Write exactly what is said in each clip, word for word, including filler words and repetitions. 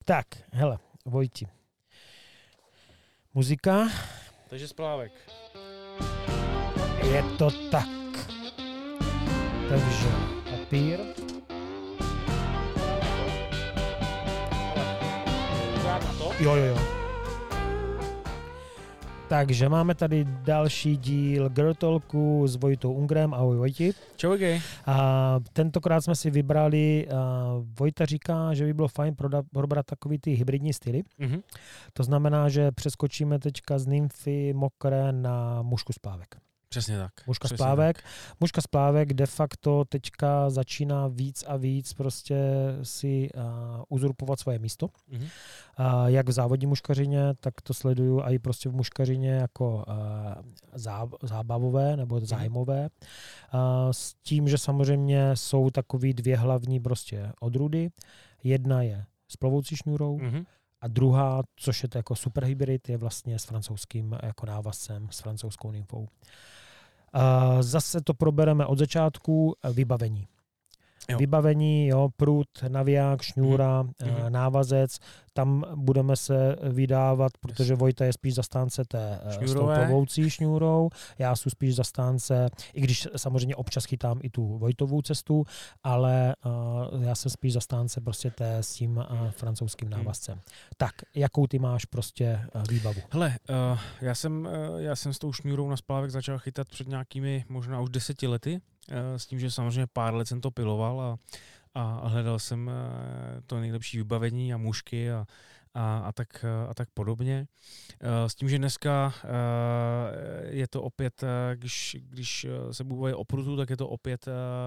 Tak, hele, Vojti. Muzika. Takže splávek. Je to tak. Takže papír. Na to? Jo, jo, jo. Takže máme tady další díl Girl Talku s Vojtou Ungrem. Ahoj Vojti. Čau, okay. A tentokrát jsme si vybrali, a Vojta říká, že by bylo fajn prodat, probrat takový ty hybridní styly. Mm-hmm. To znamená, že přeskočíme teďka z nymfy mokré na mužku splávek. Přesně tak. Mužka Přesně splávek. Tak. Mužka splávek de facto teďka začíná víc a víc prostě si uh, uzurpovat svoje místo. Mm-hmm. Uh, jak v závodní muškařině, tak to sleduju i prostě v muškařině jako uh, zá, zábavové nebo zájmové. Uh, s tím, že samozřejmě jsou takový dvě hlavní prostě odrůdy. Jedna je s plovoucí šňůrou, Mm-hmm. a druhá, což je to jako superhybrid, je vlastně s francouzským jako návazcem, s francouzskou nymfou. Uh, zase to probereme od začátku, vybavení. Jo. Vybavení, jo, prut, naviják, šňůra, mm-hmm. návazec, tam budeme se vydávat, protože Vojta je spíš zastánce té s tou plovoucí šňůrou, já jsem spíš zastánce, i když samozřejmě občas chytám i tu Vojtovou cestu, ale uh, já jsem spíš zastánce prostě té s tím uh, francouzským návazcem. Hmm. Tak, jakou ty máš prostě uh, výbavu? Hele, uh, já, jsem, uh, já jsem s tou šňůrou na splávek začal chytat před nějakými možná už deseti lety, s tím, že samozřejmě pár let jsem to piloval a, a hledal jsem to nejlepší vybavení a mušky a, a, a, tak, a tak podobně. S tím, že dneska je to opět, když, když se bavíme o prutu, tak je to opět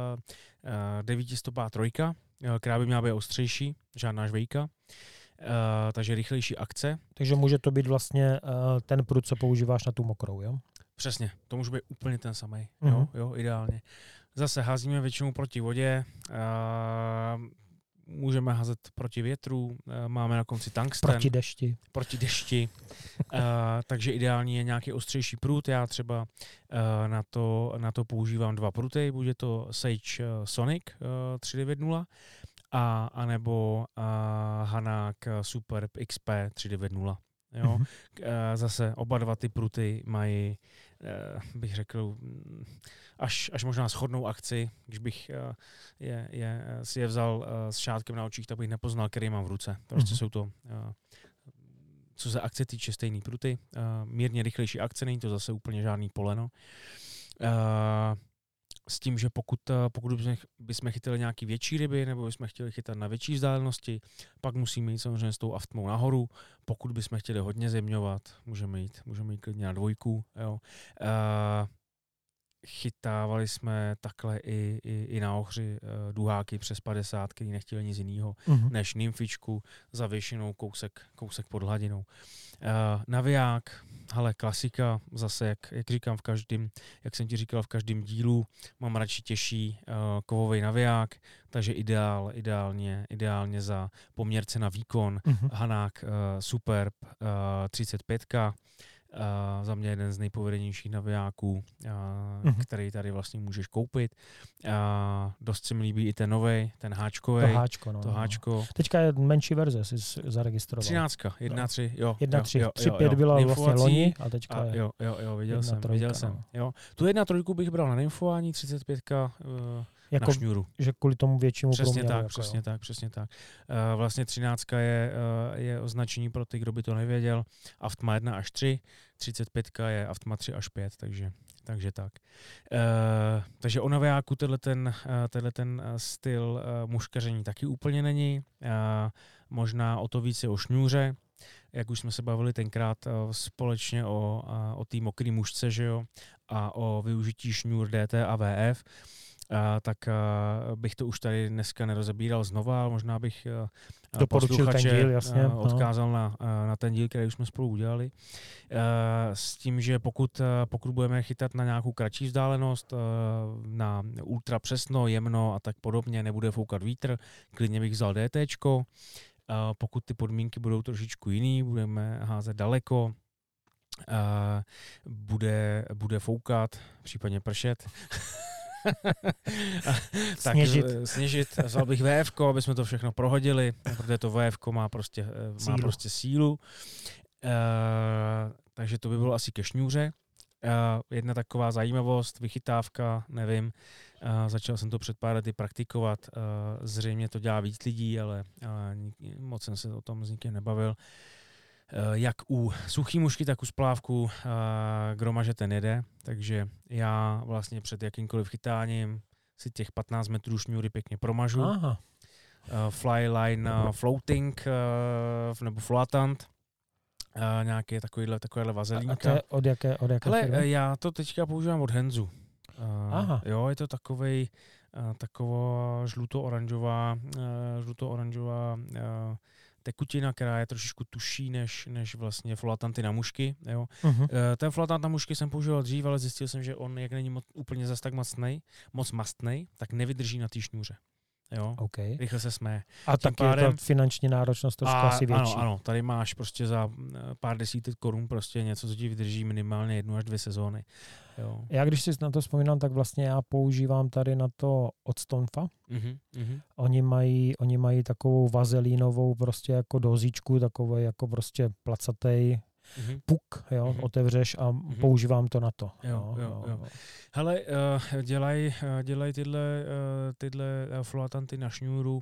devítistopá trojka, která by měla být ostřejší, žádná žvejka. Uh, takže rychlejší akce. Takže může to být vlastně uh, ten prut, co používáš na tu mokrou, jo? Přesně, to může být úplně ten samý, uh-huh. jo, jo, ideálně. Zase házíme většinou proti vodě, uh, můžeme házet proti větru, uh, máme na konci tungsten. Proti dešti. Proti dešti, uh, takže ideální je nějaký ostřejší prut, já třeba uh, na, to, na to používám dva pruty, bude to Sage uh, Sonic uh, tři devět nula, a, anebo uh, Hanák Superb X P tři devět nula. Jo? Mm-hmm. Zase oba dva ty pruty mají, bych řekl, až, až možná shodnou akci. Když bych je, je, si je vzal s šátkem na očích, tak bych nepoznal, který mám v ruce. Prostě mm-hmm. jsou to, co se akce týče, stejný pruty. Mírně rychlejší akce, není to zase úplně žádný poleno. S tím, že pokud, pokud bychom, bychom chytili nějaký větší ryby nebo bychom chtěli chytat na větší vzdálenosti, pak musíme jít samozřejmě s tou aftmou nahoru. Pokud bychom chtěli hodně zemňovat, můžeme jít, můžeme jít klidně na dvojku. Jo. Uh, chytávali jsme takhle i, i, i na Ohři uh, duháky přes padesát, který nechtěli nic jiného, uh-huh. než nymfičku zavěšenou kousek, kousek pod hladinou. Uh, naviják, hele, klasika, zase, jak, jak říkám v každém, jak jsem ti říkal v každém dílu, mám radši těžší uh, kovový naviják, takže ideál, ideálně, ideálně za poměrce na výkon, uh-huh. Hanák uh, Superb uh, třicet pět. Uh, za mě jeden z nejpovedenějších navijáků, uh, uh-huh. který tady vlastně můžeš koupit. Uh, dost se mi líbí i ten novej, ten háčkovej. To háčko, no. To háčko. Teďka je menší verze, jsi zaregistroval. Třináctka, jedna tři, jo. Jedna tři, tři pět byla vlastně loni a teďka a je jo, jo, jo, viděl jsem, trojka, viděl no. jsem. Jo. Tu jedna trojku bych bral na nymfování, třicet pět uh, jako, na šňůru. Že kvůli tomu většímu přesně průměru. Tak, jako, přesně jo. tak, přesně tak. Uh, vlastně třináctka je, uh, je označení pro ty, kdo by to nevěděl. Aftma jedna až tři, třicet pět je Aftma tři až pět, takže, takže tak. Uh, takže o navijáku tenhle ten, uh, tenhle ten styl uh, muškaření taky úplně není. Uh, možná o to víc je o šňůře, jak už jsme se bavili tenkrát uh, společně o, uh, o té mokré mušce, že jo, a o využití šňůr D T a V F. Uh, tak uh, bych to už tady dneska nerozebíral znova, možná bych uh, doporučil ten díl, jasně, uh, odkázal no. na, uh, na ten díl, který už jsme spolu udělali. Uh, s tím, že pokud, uh, pokud budeme chytat na nějakou kratší vzdálenost, uh, na ultra přesno, jemno a tak podobně, nebude foukat vítr, klidně bych vzal DTčko. Uh, pokud ty podmínky budou trošičku jiný, budeme házet daleko, uh, bude, bude foukat, případně pršet, tak sněžit. sněžit. Vzal bych vé efko, aby jsme to všechno prohodili, protože to vé efko má prostě, má prostě sílu. Uh, takže to by bylo asi ke šňůře. Uh, jedna taková zajímavost, vychytávka, nevím. Uh, začal jsem to před pár lety praktikovat. Uh, zřejmě to dělá víc lidí, ale uh, moc jsem se o tom s nikým nebavil. Jak u suchý mušky, tak u splávku gromaže ten jede, takže já vlastně před jakýmkoliv chytáním si těch patnáct metrů šňůry pěkně promažu. Aha. Fly line floating nebo floatant, nějaké takovýhle, takovéhle vazelínka. A to je od jaké, od jaké Hele, firmy? já to teďka používám od Henzu. Aha. Jo, je to takovej, taková žluto-oranžová, žluto-oranžová tekutina, která je trošičku tuší než, než vlastně floatanty na mušky. Jo. Uh-huh. Ten floatant na mušky jsem používal dřív, ale zjistil jsem, že on, jak není moc, úplně zas tak mastnej, moc mastnej, tak nevydrží na té šňůře. Jo? Okay. Rychle se smeje. A tak pádem... je to finanční náročnost trošku asi větší. Ano, ano, tady máš prostě za pár desítek korun prostě něco, co ti vydrží minimálně jednu až dvě sezóny. Jo. Já když si na to vzpomínám, tak vlastně já používám tady na to od Stonfa. Mm-hmm, mm-hmm. Oni mají, oni mají takovou vazelínovou prostě jako dozíčku, takový jako prostě placatej mm-hmm. puk, jo, mm-hmm. otevřeš a mm-hmm. používám to na to. Jo, jo, jo. Hele, uh, dělaj, uh, dělaj tyhle, uh, tyhle floatanty na šňůru, uh,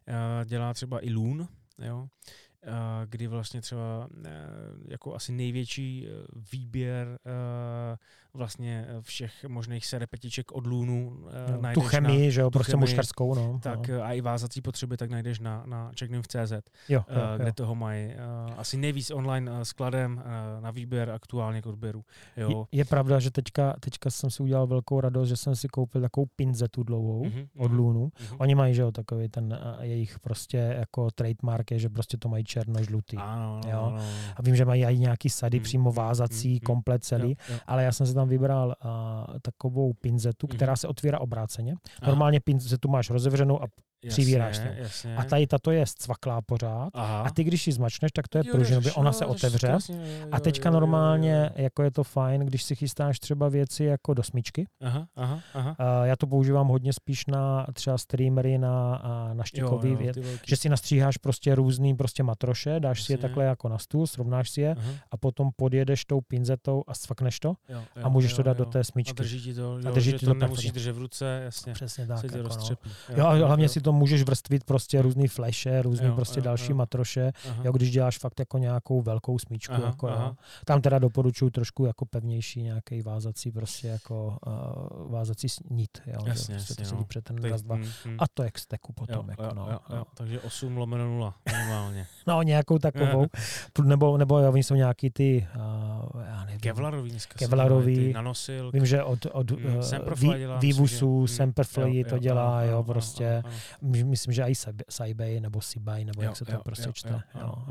dělá třeba i Loon, jo, uh, kdy vlastně třeba uh, jako asi největší výběr uh, vlastně všech možných serepetiček od Loonu uh, no, najdeš tu chemii, na, že jo, prostě muškarskou, no. Tak no. A i vázací potřeby tak najdeš na, na checknim tečka cé zet, jo, jo, uh, kde jo. toho mají uh, asi nejvíc online uh, skladem uh, na výběr aktuálně k odběru. Jo. Je, je pravda, že teďka, teďka jsem si udělal velkou radost, že jsem si koupil takovou pinzetu dlouhou mm-hmm, od Loonu. Mm-hmm. Oni mají, že jo, takový ten uh, jejich prostě jako trademark je, že prostě to mají černo-žlutý. Ano, jo. Ano, ano. A vím, že mají i nějaký sady mm-hmm, přímo vázací, mm-hmm, komplet celý, jo, jo. Ale já jsem si tam vybral uh, takovou pinzetu, mm-hmm. která se otvírá obráceně. Aha. Normálně pinzetu máš rozevřenou a přivíráš to. A tady tato je zcvaklá pořád. Aha. A ty, když ji zmačneš, tak to je pružinově, ona se otevře. Jasně, a teďka normálně, jako je to fajn, když si chystáš třeba věci jako do smyčky. Aha, aha, aha. Uh, já to používám hodně spíš na třeba streamery, na, na štikový věc, že si nastříháš prostě různý prostě matroše, dáš jasně. si je takhle jako na stůl, srovnáš si je aha. A potom podjedeš tou pinzetou a zcvakneš to jo, jo, a můžeš jo, to dát jo. do té smyčky. A drží ti to, jo, a drží že ti to, to nemusíš držet v ruce, jasně. Přesně tak. Se tě roztřepí. Jo, a hlavně si to můžeš vrstvit prostě různý fleše, různý jo, prostě jo, další jo. matroše, jo, když děláš fakt jako nějakou velkou smyčku. Aha, jako, aha. Tam teda doporučuji trošku jako pevnější nějaký vázací prostě jako uh, vázací nit. Jo, jasně, prostě jasně, to sedí před ten raz, dva. Mm, mm. A to je k steku potom. Jo, jako, jo, no, jo, jo. Takže osm lomeno nula normálně. No nějakou takovou. nebo nebo jo, oni jsou nějaký ty uh, já nevím. Kevlarový dneska. Kevlarový. Nanosil. Vím, že od, od mm, uh, Vývusů, Semperfly to dělá, jo, prostě. Myslím, že i Saibei nebo Sibei, nebo jak se to prostě čte.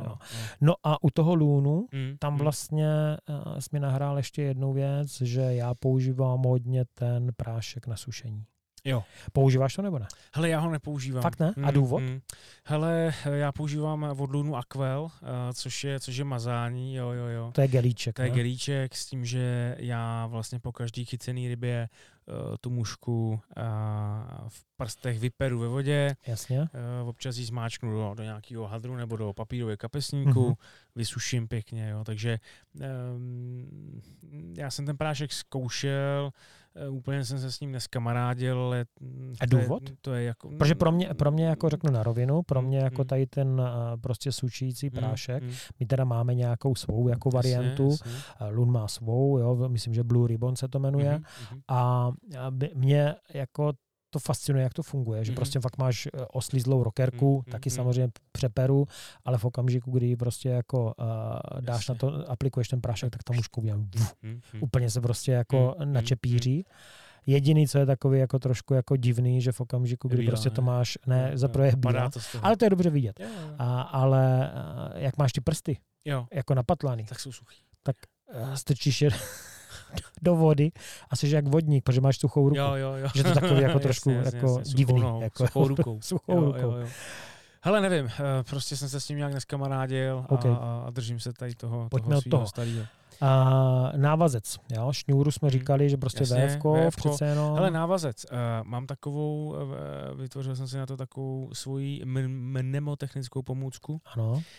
No a u toho Loonu, tam vlastně jsi mi nahrál ještě jednu věc, že já používám hodně ten prášek na sušení. Jo. Používáš to nebo ne? Hele, já ho nepoužívám. Fakt ne? A důvod? Mm, mm. Hele, já používám od Loonu Aquel, uh, což je, což je mazání, jo, jo, jo. To je gelíček, To je ne? gelíček s tím, že já vlastně po každý chycený rybě uh, tu mušku uh, v prstech vyperu ve vodě. Jasně. Uh, občas ji zmáčknu do, do nějakého hadru nebo do papírového kapesníku, mm-hmm. vysuším pěkně, jo. Takže um, já jsem ten prášek zkoušel, úplně jsem se s ním neskamarádil, ale a důvod? To je, to je jako... Protože pro mě, pro mě, jako řeknu na rovinu, pro mě jako tady ten prostě sušící prášek, mm, mm. my teda máme nějakou svou jako variantu, jasně, jasně. Loon má svou, jo, myslím, že Blue Ribbon se to jmenuje, mm, a mě jako to fascinuje, jak to funguje, že mm-hmm. prostě fakt máš oslízlou rockerku, mm-hmm. taky samozřejmě přeperu, ale v okamžiku, kdy prostě jako uh, dáš Jasně. na to, aplikuješ ten prášek, tak tam už mm-hmm. úplně se prostě jako mm-hmm. načepíří. Jediný, co je takový jako trošku jako divný, že v okamžiku, kdy bílá, prostě to máš, ne, za prvé bílá, ale to je dobře vidět. Jo, jo. A, ale uh, jak máš ty prsty, jo. jako napatlaný, tak jsou suchý. Tak uh, strčíš je do vody a jsi jak vodník, protože máš suchou ruku. Jo, jo, jo. Že to takový jako trošku jasně, jasně, jako jasně, divný. Suchou, jako, suchou rukou. suchou jo, rukou. Jo, jo. Hele, nevím, prostě jsem se s tím nějak neskamarádil okay. a, a držím se tady toho, toho svýho starého. A návazec, jo? Šňůru jsme říkali, že prostě Jasně, véfko, véfko. přece jenom. Hele, návazec. Uh, mám takovou, uh, vytvořil jsem si na to takovou svoji mnemotechnickou pomůcku. Ano. Uh,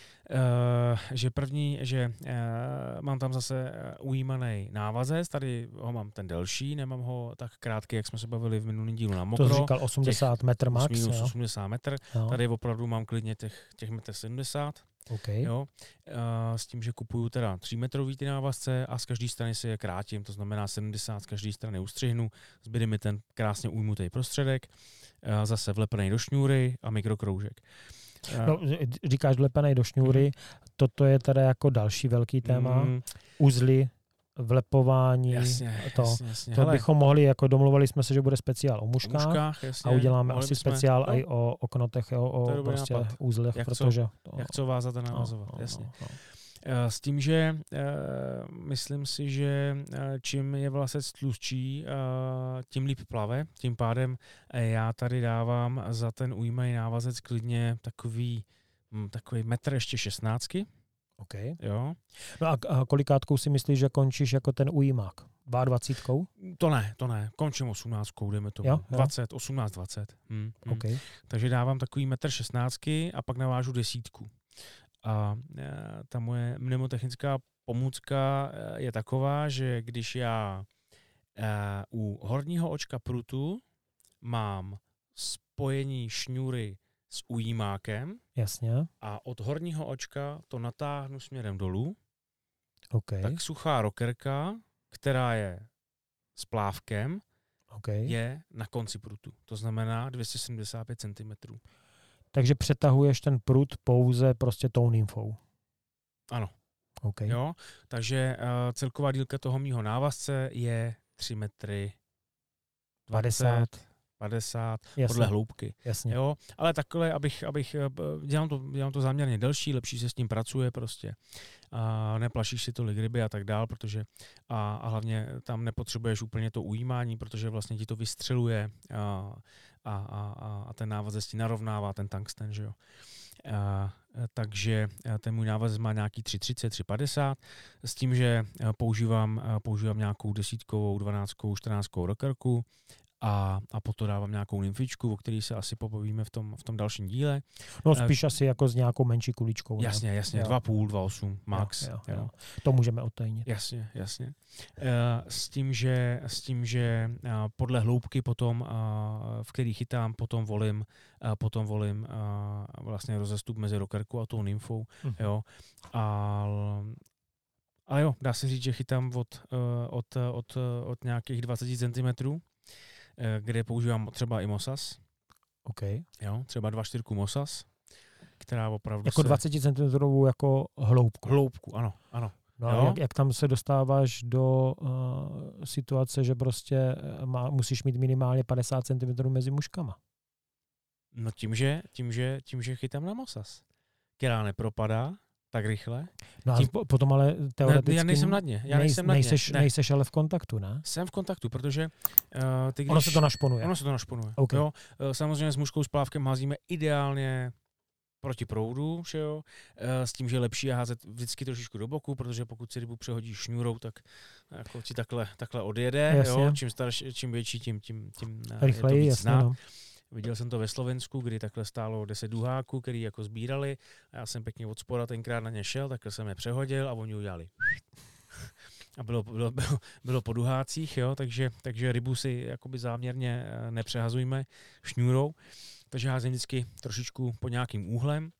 že první, že uh, mám tam zase ujímaný návazec, tady ho mám ten delší, nemám ho tak krátký, jak jsme se bavili v minulém dílu na mokro. To jsi říkal osmdesát metr max, minus jo? osmdesát metr. Jo. Tady opravdu mám klidně těch, těch metr sedmdesát. Okay. Jo, a s tím, že kupuju teda třímetrový ty návazce a z každé strany si je krátím, to znamená sedmdesát z každé strany ustřihnu, zbyde mi ten krásně ujmutý prostředek, a zase vlepený do šňůry a mikrokroužek. No, říkáš vlepený do šňůry, mm. toto je teda jako další velký téma, mm. uzly, vlepování, jasně, to, jasně, jasně. to bychom mohli, jako domluvali jsme se, že bude speciál o muškách, o muškách jasně, a uděláme asi jsme, speciál no, i o, o knotech, o, o prostě nápad. uzlech, jak protože... Co, to, jak co vázat a navazovat, no, no, jasně. No, no. S tím, že uh, myslím si, že uh, čím je vlasec tlustší, uh, tím líp plave, tím pádem uh, já tady dávám za ten ujímaný návazec klidně takový, hm, takový metr ještě šestnáctky. Okay. Jo. No a, a kolikátkou si myslíš, že končíš jako ten ujímák? dvacítkou? To ne, to ne. Končím osmnáctkou, jdeme tomu. Jo, jo. dvacet, osmnáct, dvacet. Hm, hm. Okay. Takže dávám takový metr šestnáctky a pak navážu desítku. A e, ta moje mnemotechnická pomůcka je taková, že když já e, u horního očka prutu mám spojení šňůry s ujímákem. Jasně. A od horního očka to natáhnu směrem dolů, okay. tak suchá rokerka, která je s plávkem, okay. je na konci prutu. To znamená dvě stě sedmdesát pět centimetrů. Takže přetahuješ ten prut pouze prostě tou nymfou. Ano. Okay. Jo? Takže uh, celková dílka toho mýho návazce je tři metry padesát. padesát, Jasně. Podle hloubky. Jasně. Jo? Ale takhle, abych, abych dělám, to, dělám to záměrně delší, lepší se s tím pracuje prostě. A neplašíš si tolik ryby a tak dál, protože a, a hlavně tam nepotřebuješ úplně to ujímání, protože vlastně ti to vystřeluje a, a, a, a ten návazec ti narovnává ten tungsten, že jo. A, takže ten můj návazec má nějaký tři třicet, tři padesát, s tím, že používám, používám nějakou desítkovou, dvanáctkovou, čtrnáctkovou rokerku, A, a potom dávám nějakou nymfičku, o který se asi popovíme v tom, v tom dalším díle. No spíš uh, asi jako s nějakou menší kuličkou. Jasně, jasně, dva půl, dva osm, max. Jo, jo, jo. jo. To můžeme odtajnit. Jasně, jasně. Uh, s tím, že, s tím, že uh, podle hloubky potom, uh, v který chytám, potom volím, uh, potom volím uh, vlastně rozestup mezi rokerkou a tou nymfou. Uh-huh. Jo. A, ale jo, dá se říct, že chytám od, uh, od, od, od nějakých dvacet centimetrů, kde používám třeba i Mosas. Okay. Jo, třeba dva čtyřku Mosas, která opravdu jako se... dvacet centimetrů jako hloubku. Hloubku, ano, ano. No jak, jak tam se dostáváš do uh, situace, že prostě má, musíš mít minimálně padesát centimetrů mezi muškama? No tím, že, tím, že, tím, že chytám na Mosas, která nepropadá tak rychle. No a tím... potom ale teoreticky... Ne, já nejsem na dně. Já nej, nejsem na dně. Nejseš, ne. nejseš ale v kontaktu, ne? Jsem v kontaktu, protože uh, ty když... Ono se to našponuje. Ono se to našponuje. Okay. Jo? Uh, samozřejmě s mužkou s plávkem házíme ideálně proti proudu, že jo? Uh, s tím, že je lepší je házet vždycky trošičku do boku, protože pokud si rybu přehodíš šňůrou, tak jako ti takhle, takhle odjede. Jo? Čím, starší, čím větší, tím, tím, tím rychleji, je to víc jasně, znát. no. Viděl jsem to ve Slovensku, kdy takhle stálo deset duháků, který jako sbírali a já jsem pěkně od spoda tenkrát na ně šel, takhle jsem je přehodil a oni udělali. A bylo, bylo, bylo, bylo po duhácích, jo, takže, takže rybu si jakoby záměrně nepřehazujme šňůrou, takže házím vždycky trošičku pod nějakým úhlem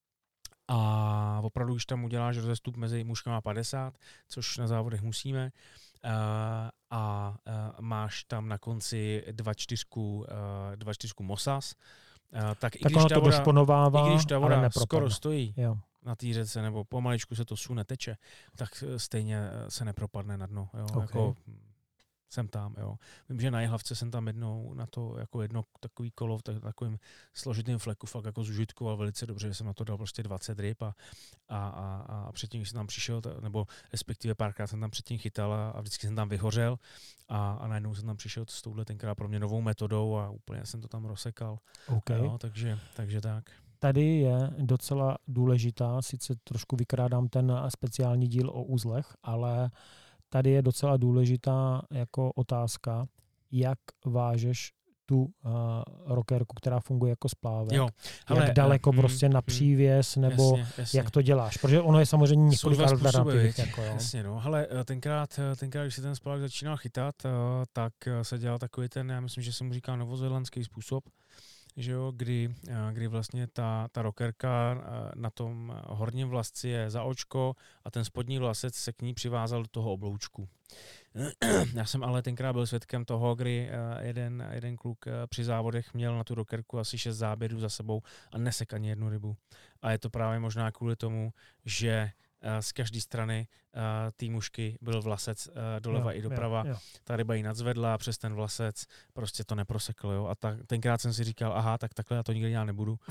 a opravdu, když tam uděláš rozestup mezi mužkama padesát, což na závodech musíme, Uh, a uh, máš tam na konci dva čtyřku, uh, dva čtyřku Mosas, uh, tak, tak i když ta to voda, došponovává, i když ta voda skoro skoro stojí jo. na té řece, nebo pomaličku se to sune, teče, tak stejně se nepropadne na dno. Jo? Okay. Jako, jsem tam, jo. Vím, že na Jihlavce jsem tam jednou na to jako jedno takový kolo v takovým složitým fleku fakt jako zužitkoval velice dobře, že jsem na to dal prostě dvacet ryb a, a, a, a předtím, když jsem tam přišel, nebo respektive párkrát jsem tam předtím chytal a, a vždycky jsem tam vyhořel a, a najednou jsem tam přišel s touhle tenkrát pro mě novou metodou a úplně jsem to tam rozsekal. Okay. Jo, takže, takže tak. tady je docela důležitá, sice trošku vykrádám ten speciální díl o uzlech, ale tady je docela důležitá jako otázka, jak vážeš tu uh, rockerku, která funguje jako splávek. Jo, ale, jak daleko uh, prostě mm, na přívěs, nebo jasně, jasně. jak to děláš. Protože ono je samozřejmě několik alternativ. Jako, jasně, no. Hele, tenkrát, tenkrát, když se ten splavek začínal chytat, tak se dělal takový ten, já myslím, že se mu říká novozélandský způsob, že jo, kdy, kdy vlastně ta, ta rockerka na tom horním vlasci je za očko a ten spodní vlasec se k ní přivázal do toho obloučku. Já jsem ale tenkrát byl svědkem toho, kdy jeden, jeden kluk při závodech měl na tu rockerku asi šest záběrů za sebou a nesek ani jednu rybu. A je to právě možná kvůli tomu, že z každé strany té mušky byl vlasec doleva jo, i doprava. Jo, jo. Ta ryba ji nadzvedla přes ten vlasec, prostě to neprosekl. Jo? A ta, tenkrát jsem si říkal, aha, tak takhle já to nikdy dělat nebudu.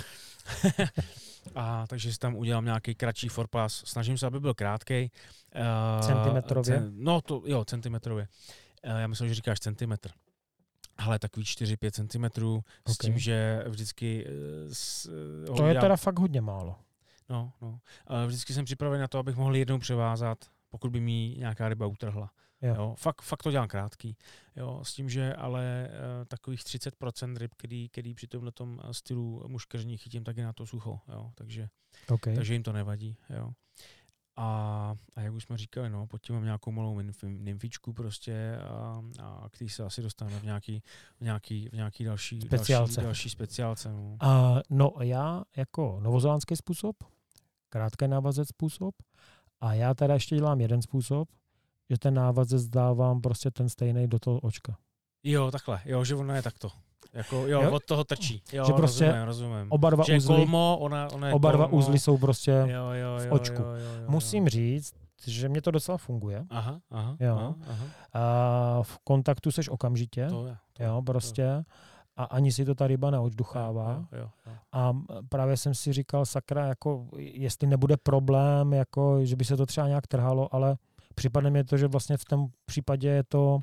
A takže si tam udělám nějaký kratší forpas. Snažím se, aby byl krátkej. Centimetrově? Cen, no, to, jo, centimetrově. Já myslím, že říkáš centimetr. Ale takový čtyři pět centimetrů okay. s tím, že vždycky... S, to je teda fakt hodně málo. No, no. Ale vždycky jsem připraven na to, abych mohl jednou převázat, pokud by mi nějaká ryba utrhla. Jo. Jo, fakt, fakt to dělám krátký. Jo, s tím, že ale uh, takových třicet procent ryb, který, který při tomhle tom stylu muškeření chytím, tak je na to sucho. Jo, takže, okay. takže jim to nevadí. Jo. A, a jak už jsme říkali, no, pod tím mám nějakou malou nymfičku prostě a, a který se asi dostaneme v nějaký, v nějaký, v nějaký další speciálce. Další, další speciálce. No. A, no já jako novozélandský způsob, krátké návazec způsob a já teda ještě dělám jeden způsob, že ten návazec dávám prostě ten stejný do toho očka. Jo, takhle, jo, že ono je takto. Jako, jo, jo, od toho trčí. Jo, že prostě rozumím, rozumím. Oba dva že uzly, kolmo, ona, ona je oba dva kolmo. uzly jsou prostě jo, jo, jo, v očku. Jo, jo, jo, jo. Musím říct, že mě to docela funguje. Aha, aha, jo. aha. A v kontaktu seš okamžitě. To je, to jo, prostě. To. A ani si to ta ryba neodduchává. Jo, jo, jo. A právě jsem si říkal, sakra, jako, jestli nebude problém, jako, že by se to třeba nějak trhalo, ale připadne mi to, že vlastně v tom případě je to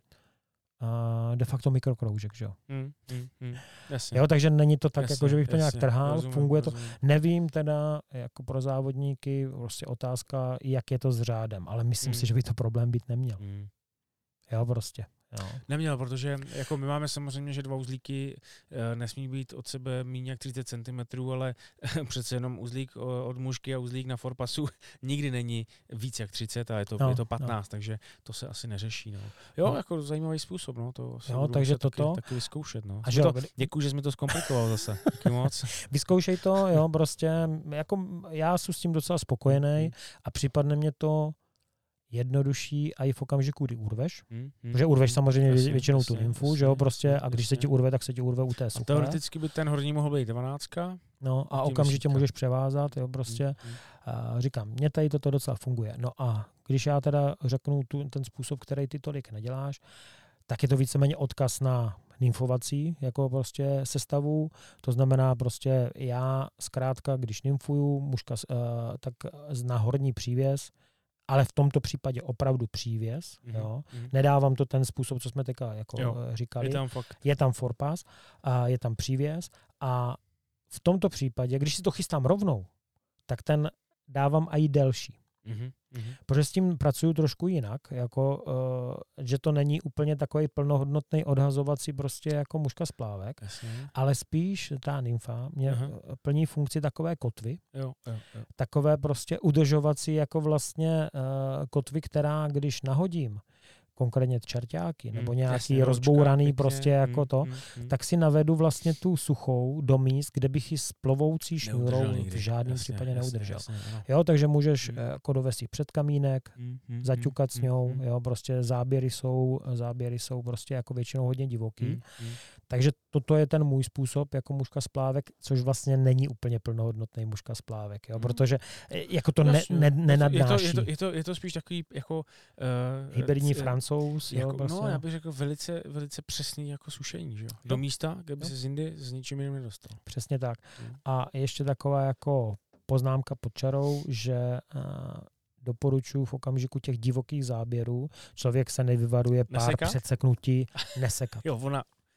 Uh, de facto mikrokroužek, že jo. Mm, mm, mm, jasně. Jo, takže není to tak, jasně, jako, že bych to jasně, nějak trhal, rozumím, funguje rozumím. to. Nevím teda, jako pro závodníky, prostě otázka, jak je to s řádem, ale myslím mm. si, že by to problém být neměl. Mm. Jo, prostě. Jo. Neměl, protože jako my máme samozřejmě, že dva uzlíky e, nesmí být od sebe méně jak třicet centimetrů, ale přece jenom uzlík od mužky a uzlík na forpasu nikdy není víc jak třicet a je to, no, je to patnáct, no. Takže to se asi neřeší. No. Jo, no. Jako zajímavý způsob, no, to se jo, takže toto taky, taky vyzkoušet. No. A že, to, děkuji, že jsi mi to zkomplikoval zase. Díky moc. Vyzkoušej to, jo, prostě, jako já jsem s tím docela spokojený a případne mě to jednodušší a i v okamžiku, kdy urveš. Hmm, hmm, protože urveš samozřejmě jasně, většinou jasně, tu nymfu, jasně, že jo, prostě, jasně, a když jasně. se ti urve, tak se ti urve u té suché. A teoreticky by ten horní mohl být dvanáctka. No a okamžitě můžeš převázat, jo, prostě. Hmm, hmm. A říkám, mně tady toto docela funguje. No a když já teda řeknu tu, ten způsob, který ty tolik neděláš, tak je to víceméně odkaz na nymfovací jako prostě sestavu. To znamená prostě já zkrátka, když nymfuju, mužka, uh, tak na horní přívěs, ale v tomto případě opravdu přívěs. Mm-hmm. Jo. Nedávám to ten způsob, co jsme teďka jako jo, říkali. Je tam fakt. Je tam forpas, a je tam přívěs a v tomto případě, když si to chystám rovnou, tak ten dávám i delší. Mm-hmm. Protože s tím pracuju trošku jinak, jako, uh, že to není úplně takový plnohodnotný odhazovací prostě jako mužka splávek, jasně. Ale spíš ta nymfa mě uh-huh. plní funkci takové kotvy, jo, jo, jo. takové prostě udržovací jako vlastně uh, kotvy, která když nahodím konkrétně čerťáky, nebo nějaký jasně, rozbouraný ročka, prostě pěkně, jako mm, to, mm, mm. tak si navedu vlastně tu suchou do míst, kde bych ji s plovoucí šňůrou v žádném jasně, případě jasně, neudržel. Jasně, jasně, jo, takže můžeš mm. jako dovést ji před kamínek, mm, mm, zaťukat mm, s ňou, mm, jo, prostě záběry jsou, záběry jsou prostě jako většinou hodně divoký. Mm, mm. Takže toto je ten můj způsob jako mužka splávek, což vlastně není úplně plnohodnotný mužka splávek, jo, protože jako to ne, ne, nenadnáší. Je to, je, to, je, to, je to spíš takový jako uh, hybridní francouz. Jako, jo, vlastně. No, já bych řekl velice, velice přesný jako sušení, že jo. Do místa, kde by se z jindy s ničím jiným nedostal. Přesně tak. Hmm. A ještě taková jako poznámka pod čarou, že uh, doporučuji v okamžiku těch divokých záběrů, člověk se nevyvaruje pár Nesekat? předseknutí, nesekat. Jo, ona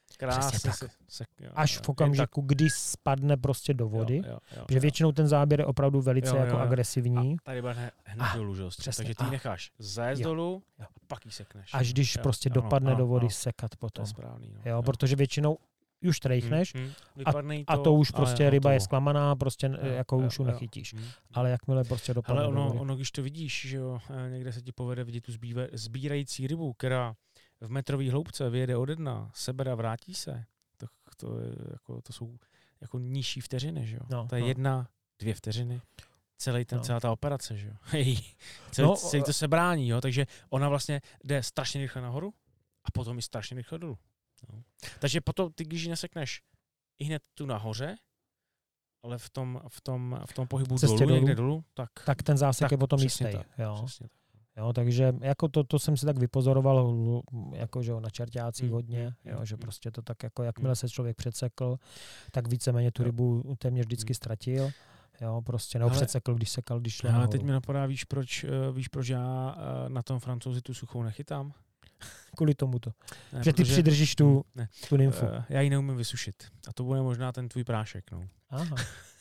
Krásně tak. Se, se, jo, Až jo, v okamžiku, kdy spadne prostě do vody, jo, jo, jo, že jo. většinou ten záběr je opravdu velice jo, jo, jako jo. agresivní. A ta ryba hned, hned a, dolů, že? Přesně, takže ty a, necháš zajet dolů jo. a pak ji sekneš. Až když jo, prostě ano, dopadne ano, do vody, ano. sekat potom. To je správný. No, jo, jo. protože většinou už trejchneš hmm, hmm. a, a to už prostě je ryba je hotovo. zklamaná, prostě jo, jako jo, už ju jo. nechytíš. Hmm. Ale jakmile prostě dopadne Ale ono, do vody. ono, když to vidíš, že jo, někde se ti povede vidět tu zbýve, zbírající rybu, která v metrový hloubce vyjede ode dna, sebere a vrátí se, tak to, je, jako, to jsou jako nižší vteřiny, že jo. No, to je no. jedna, dvě vteřiny. Celý ten, no. celá ta operace, že jo. Hej, celý, no, celý to sebrání, jo, takže ona vlastně jde strašně rychle nahoru a potom i strašně rychle dolů. No. Takže potom ty, když ji nesekneš i hned tu nahoře, ale v tom, v tom, v tom pohybu Cestě dolů, dolů, někde dolů, tak... Tak ten zásek tak, je potom přesně jistý. Tak, jo. přesně tak. Jo, takže jako to, to jsem si tak vypozoroval jako, že na čerťácích mm, hodně, mm, jo, že mm. prostě to tak jako jakmile se člověk přecekl, tak víceméně tu rybu téměř vždycky ztratil. Jo, prostě nebo přecekl, když sekal, když šlo ale nahoru. teď mi napadá, víš proč, víš, proč já na tom Francouzi tu suchou nechytám? Kvůli tomuto. Ne, že ty protože, přidržíš tu, ne, tu nymfu. Já ji neumím vysušit. A to bude možná ten tvůj prášek. No. Aha.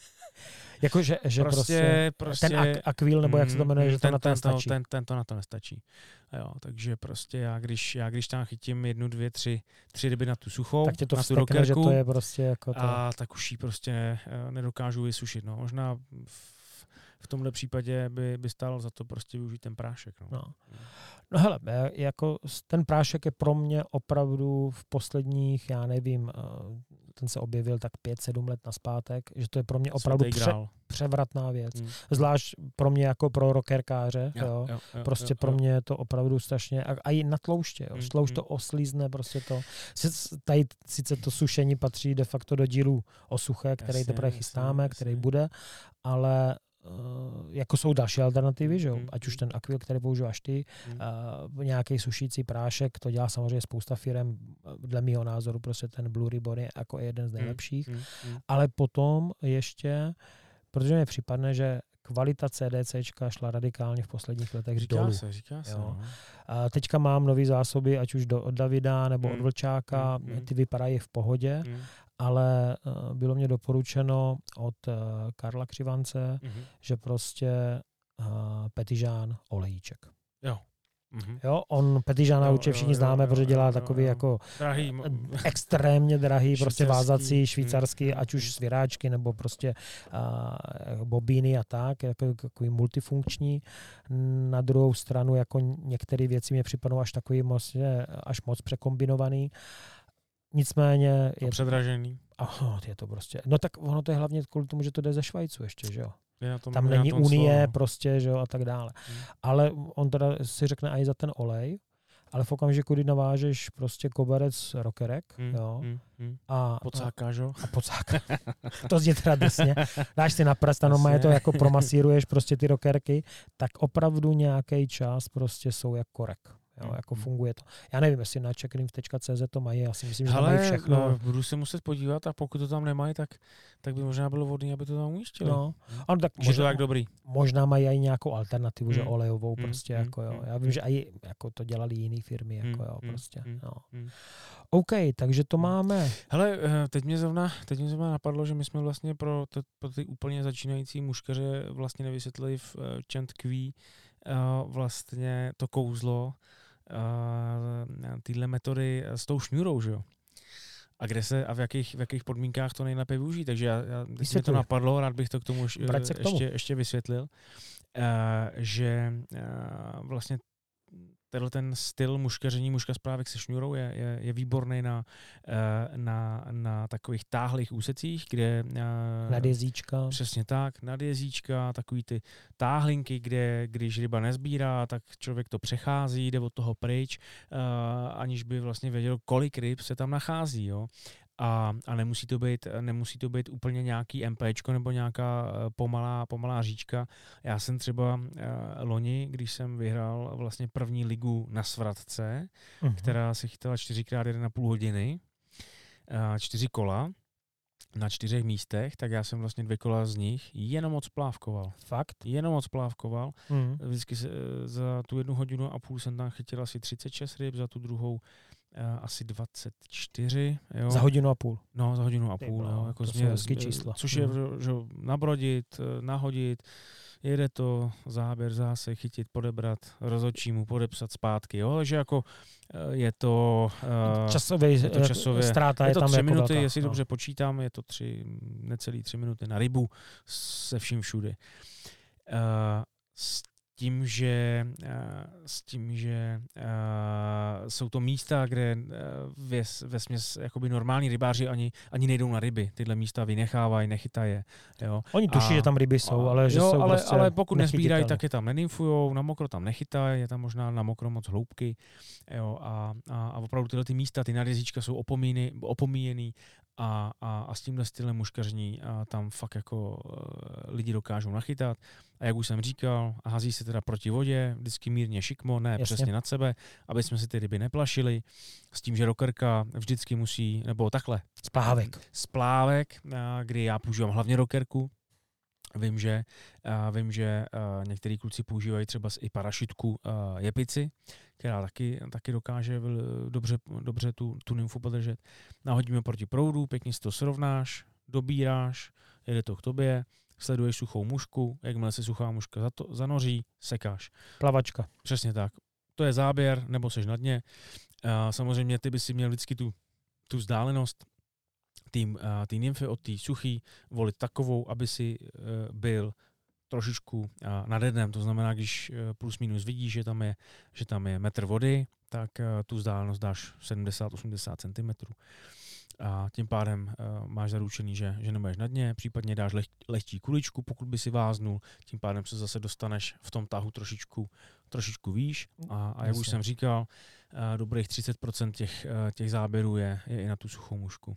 Jako, že, že prostě, prostě, prostě ten ak- akvil, nebo jak se to jmenuje, že ten, to na to nestačí. Ten, ten to na to nestačí. Jo, takže prostě já když, já, když tam chytím jednu, dvě, tři, tři ryby na tu suchou, tak tě to na tu vztekne, rokerku, že to je prostě jako to. A tak už ji prostě nedokážu vysušit. No. Možná v, v tomhle případě by, by stálo za to prostě využít ten prášek. No, no. no hele, jako ten prášek je pro mě opravdu v posledních, já nevím, ten se objevil tak pět, sedm let naspátek, že to je pro mě opravdu pře, převratná věc. Hmm. Zvlášť pro mě jako pro rockerkáře. Jo, jo, jo, jo, prostě jo, pro mě je to opravdu strašně, a, a i na tlouště. Jo. Hmm. Tloušť to oslízne, prostě to. Tady sice to sušení patří de facto do dílu o suché, který teprve chystáme, jasně, který jasně. bude, ale jako jsou další alternativy, že jo? Ať už ten akvil, který používáš ty, mm. uh, nějaký sušící prášek, to dělá samozřejmě spousta firem, dle mýho názoru prostě ten Blue Ribbon je jako jeden z nejlepších, mm. Mm. ale potom ještě, protože mi připadne, že kvalita CDCčka šla radikálně v posledních letech říká dolů. Se, říká se, no. A teďka mám nový zásoby, ať už do, od Davida nebo mm. od Vlčáka, mm. ty vypadají v pohodě, mm. ale uh, bylo mě doporučeno od uh, Karla Křivance, mm-hmm. že prostě uh, Petižán olejíček. Jo. Mm-hmm. Jo, on Petižána určitě všichni známe, protože dělá takový jo. jako drahý, extrémně drahý, prostě vázací, švýcarský, mm. ať už sviráčky, nebo prostě uh, bobíny a tak, jako takový multifunkční. Na druhou stranu, jako některé věci mě připadnou až takový moc, až moc překombinovaný. Nicméně je předražený. Aha, je to prostě. No tak ono to je hlavně kvůli tomu, že to jde ze Švajcu ještě, že jo. Tom, tam není Unie slovo. prostě, že jo, a tak dále. Hmm. Ale on teda si řekne i za ten olej, ale v okamžiku, kdy navážeš prostě koberec rockerek, hmm. jo, hmm. Hmm. a pocákáš, jo? A pocákáš. To zní teda drsně. Dáš si na prst a normálně to jako promasíruješ prostě ty rockerky, tak opravdu nějaký čas prostě jsou jak korek. Jo, jako funguje to. Já nevím, jestli na checkrim tečka cé zet to mají, já si myslím, že tam mají všechno. No, budu se muset podívat a pokud to tam nemají, tak, tak by možná bylo vhodné, aby to tam umístili. No. Ano, tak možná, to tak dobrý. Možná mají i nějakou alternativu, mm. že olejovou mm. prostě, mm. jako jo. Já vím, že i jako to dělali jiné firmy, jako jo, prostě. Mm. No. Mm. OK, takže to máme. Hele, teď mě zrovna, teď mě zrovna napadlo, že my jsme vlastně pro, to, pro ty úplně začínající muškaře vlastně nevysvětlili v uh, Chant Kví uh, vlastně to kouzlo Uh, tyhle metody s tou šňůrou, že jo? A kde se a v jakých, v jakých podmínkách to nejlépe využít. Takže já, já teď mě to napadlo, rád bych to k tomu, k tomu. Ještě, ještě vysvětlil, uh, že uh, vlastně tenhle ten styl muškaření, muška správek se šňůrou je, je, je výborný na, na, na takových táhlých úsecích, kde... Nad jezíčka. Přesně tak, nad jezíčka, takový ty táhlinky, kde když ryba nezbírá, tak člověk to přechází, jde od toho pryč, aniž by vlastně věděl, kolik ryb se tam nachází, jo. A, a nemusí to být, nemusí to být úplně nějaký MPčko nebo nějaká pomalá, pomalá říčka. Já jsem třeba uh, loni, když jsem vyhrál vlastně první ligu na svratce, uh-huh. která se chytala čtyřikrát jeden a půl hodiny, uh, čtyři kola, na čtyřech místech, tak já jsem vlastně dvě kola z nich jenom odplávkoval. Fakt? Jenom odplávkoval. Mm. Vždycky se, za tu jednu hodinu a půl jsem tam chytil asi třicet šest ryb, za tu druhou uh, asi dvacet čtyři. Jo. Za hodinu a půl? No, za hodinu a půl. Ty, Jo, jako to změ, jsou hezký čísla. Což je, mm. že nabrodit, nahodit, jede to, záběr zase, chytit, podebrat, rozhodčímu, podepsat zpátky. Jo? Takže jako je to, uh, časově, je to časově ztráta je, je to tam tři jako minuty, velká. jestli no. dobře počítám, je to tři, necelý tři minuty na rybu se vším všude. Uh, s tím, že, uh, s tím, že uh, jsou to místa, kde uh, ves, vesměs jakoby normální rybáři ani, ani nejdou na ryby. Tyhle místa vynechávají, nechytají je. Jo. Oni tuší, a, že tam ryby jsou, a, ale že jo, jsou ale, prostě ale pokud nezbírají, nechytitelné. tak je tam nenymfujou, na mokro tam nechytají, je tam možná na mokro moc hloubky. Jo, a, a, a opravdu tyhle ty místa, ty nadjezíčka jsou opomíjeny, opomíjený a, a, a s tímhle stylem muškaření a tam fakt jako uh, lidi dokážou nachytat. A jak už jsem říkal, hází se teda proti vodě, vždycky mírně šikmo, ne Jasně. přesně nad sebe, aby jsme si ty ryby neplašili. S tím, že rokerka vždycky musí, nebo takhle. Splávek. Splávek, kdy já používám hlavně rokerku. Vím, že, uh, vím, že uh, některý kluci používají třeba i parašutku uh, jepici, která taky, taky dokáže dobře, dobře tu, tu nymfu podržet. Nahodíme proti proudu, pěkně si to srovnáš, dobíráš, jede to k tobě, sleduješ suchou mušku, jakmile se suchá muška za to, zanoří, sekáš. Plavačka. Přesně tak. To je záběr, nebo seš na dně. Uh, samozřejmě ty by si měl vždycky tu, tu vzdálenost tým, tý nymfy od té suchý volit takovou, aby si uh, byl trošičku uh, nad dnem. To znamená, když uh, plus minus vidíš, že tam je, že tam je metr vody, tak uh, tu vzdálenost dáš sedmdesát osmdesát centimetrů. A tím pádem uh, máš zaručený, že, že nebudeš na dně, případně dáš leh, lehčí kuličku, pokud by si váznul, tím pádem se zase dostaneš v tom tahu trošičku, trošičku výš. A, a jak už jsem říkal, uh, dobrých třicet procent těch, uh, těch záběrů je, je i na tu suchou mušku.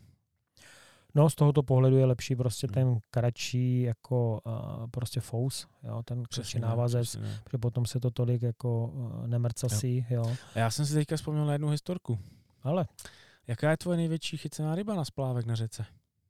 No, z tohoto pohledu je lepší prostě hmm. ten kratší jako uh, prostě fous, jo, ten kratší návazec, protože potom se to tolik jako uh, nemrcasí, jo. jo. A já jsem si teďka vzpomněl na jednu historku. Ale? Jaká je tvoje největší chycená ryba na splávek na řece?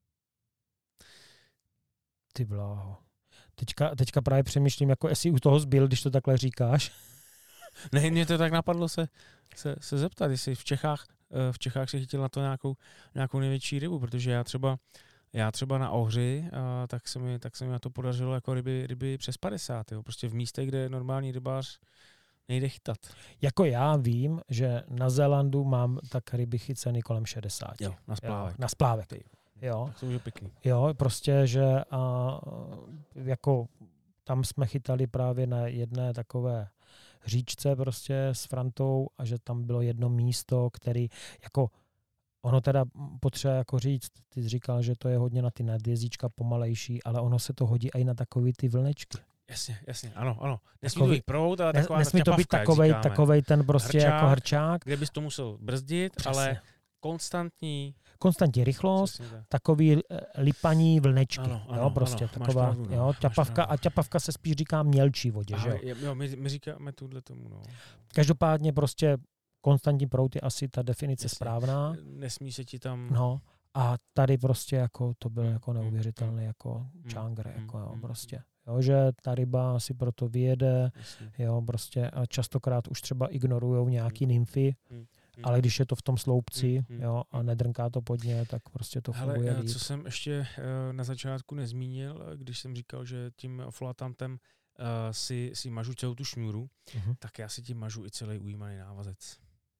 Ty bláho. Teďka, teďka právě přemýšlím, jako jestli u toho zbyl, když to takhle říkáš. Ne, mě to tak napadlo se, se, se zeptat, jestli v Čechách v Čechách se chytil na to nějakou, nějakou největší rybu, protože já třeba, já třeba na Ohři, a tak, se mi, tak se mi na to podařilo jako ryby, ryby přes padesát, jo. Prostě v místech, kde normální rybář nejde chytat. Jako já vím, že na Zélandu mám tak ryby chyceny kolem šedesát. Jo, na splávek. Jo, na splávek. Jo. Tak to už je pěkný. Jo, prostě, že a, jako tam jsme chytali právě na jedné takové říčce prostě s Frantou a že tam bylo jedno místo, který jako ono teda potřeba jako říct, ty jsi říkal, že to je hodně na ty nadjezíčka pomalejší, ale ono se to hodí i na takový ty vlnečky. Jasně, jasně, ano, ano. Nesmí to být proud, ale taková nesmí to být takovej, takovej ten prostě hrčák, jako hrčák. Kde bys to musel brzdit, přesně. Ale konstantní. Konstantní rychlost, tak. Takový lipaní vlnečky. Ano, ano, jo, prostě ano, taková, pravdu, no, jo, ťapavka, a ťapavka se spíš říká mělčí vodě, aha, že jo? jo my, my říkáme tuhle tomu, no. Každopádně prostě konstantní proud je asi ta definice Jasně. Správná. Nesmí se ti tam... No, a tady prostě jako to byl jako neuvěřitelný jako čangr, mm, jako jo, mm, prostě. Jo, že ta ryba si proto vyjede, Jasně. jo, prostě a častokrát už třeba ignorujou nějaký nymfy, mm. ale když je to v tom sloupci, mm, jo, a nedrnká to pod ně, tak prostě to hele, funguje líp. Co jsem ještě uh, na začátku nezmínil, když jsem říkal, že tím flatantem uh, si, si mažu celou tu šňůru, uh-huh. tak já si tím mažu i celý ujímaný návazec.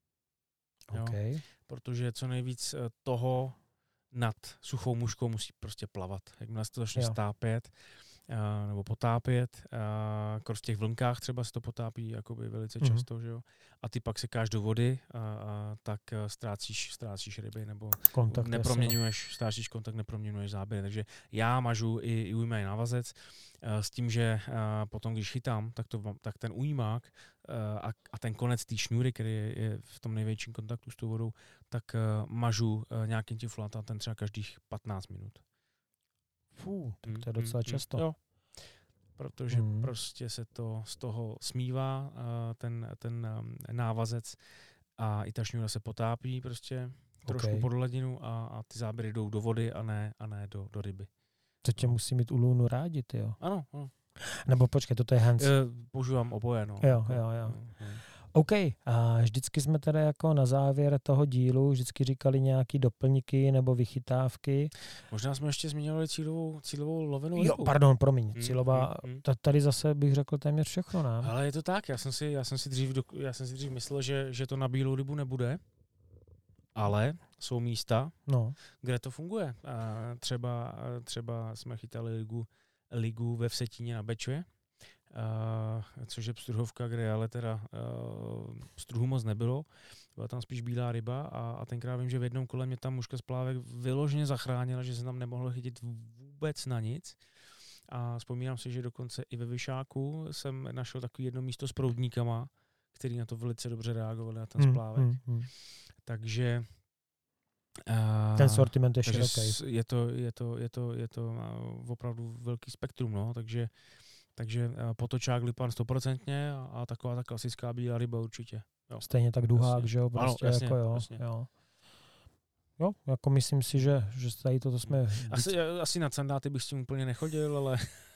Okay. Jo? Protože co nejvíc toho nad suchou muškou musí prostě plavat. Jakmile se to začne jo. stápět, uh, nebo potápět, uh, v těch vlnkách třeba se to potápí jakoby velice mm-hmm. často, že jo? A ty pak sekáš do vody, uh, uh, tak uh, ztrácíš, ztrácíš ryby, nebo kontakt, neproměňuješ, ztrácíš kontakt, neproměňuješ záběry. Takže já mažu i, i ujímaný návazec uh, s tím, že uh, potom, když chytám, tak, to, tak ten ujímák uh, a, a ten konec té šňůry, který je, je v tom největším kontaktu s tou vodou, tak uh, mažu uh, nějakým tím flatantem třeba každých patnáct minut. Fú, tak to je docela mm, často. Jo. Protože mm. prostě se to z toho smívá, uh, ten, ten um, návazec a i ta šňůra se potápí prostě trošku okay. pod hladinu a, a ty záběry jdou do vody a ne, a ne do, do ryby. To tě musí mít u lůnu rádi, ty jo. Ano, ano. Nebo počkej, toto je hands. Používám oboje, no. Jo, jo, jo. OK, a vždycky jsme teda jako na závěr toho dílu vždycky říkali nějaký doplňky nebo vychytávky. Možná jsme ještě zmiňovali cílovou, cílovou lovenou rybu. Jo, pardon, promiň, hmm, cílová, hmm, hmm. tady zase bych řekl téměř všechno, ne? Ale je to tak, já jsem si, já jsem si, dřív, já jsem si dřív myslel, že, že to na bílou rybu nebude, ale jsou místa, no. kde to funguje. A třeba, třeba jsme chytali ligu, ligu ve Vsetíně na Bečvě, Uh, což je pstruhovka, kde ale teda uh, pstruhu moc nebylo. Byla tam spíš bílá ryba a, a tenkrát vím, že v jednom kole mě tam mužka z plávek vyloženě zachránila, že se tam nemohlo chytit vůbec na nic. A vzpomínám si, že dokonce i ve Vyšáku jsem našel takový jedno místo s proudníkama, který na to velice dobře reagovali na ten splávek. Hmm, hmm, hmm. Takže uh, ten sortiment je široký. Je to, je to, je to, je to uh, opravdu velký spektrum, no, takže Takže potočák, lipan stoprocentně a, a taková ta klasická bílá ryba určitě. Jo. Stejně tak duhák, že jo, prostě ano, jasně, jako jo, jasně. jo. Jo, jako myslím si, že, že tady toto jsme... Asi, asi na sandáty bych s tím úplně nechodil, ale...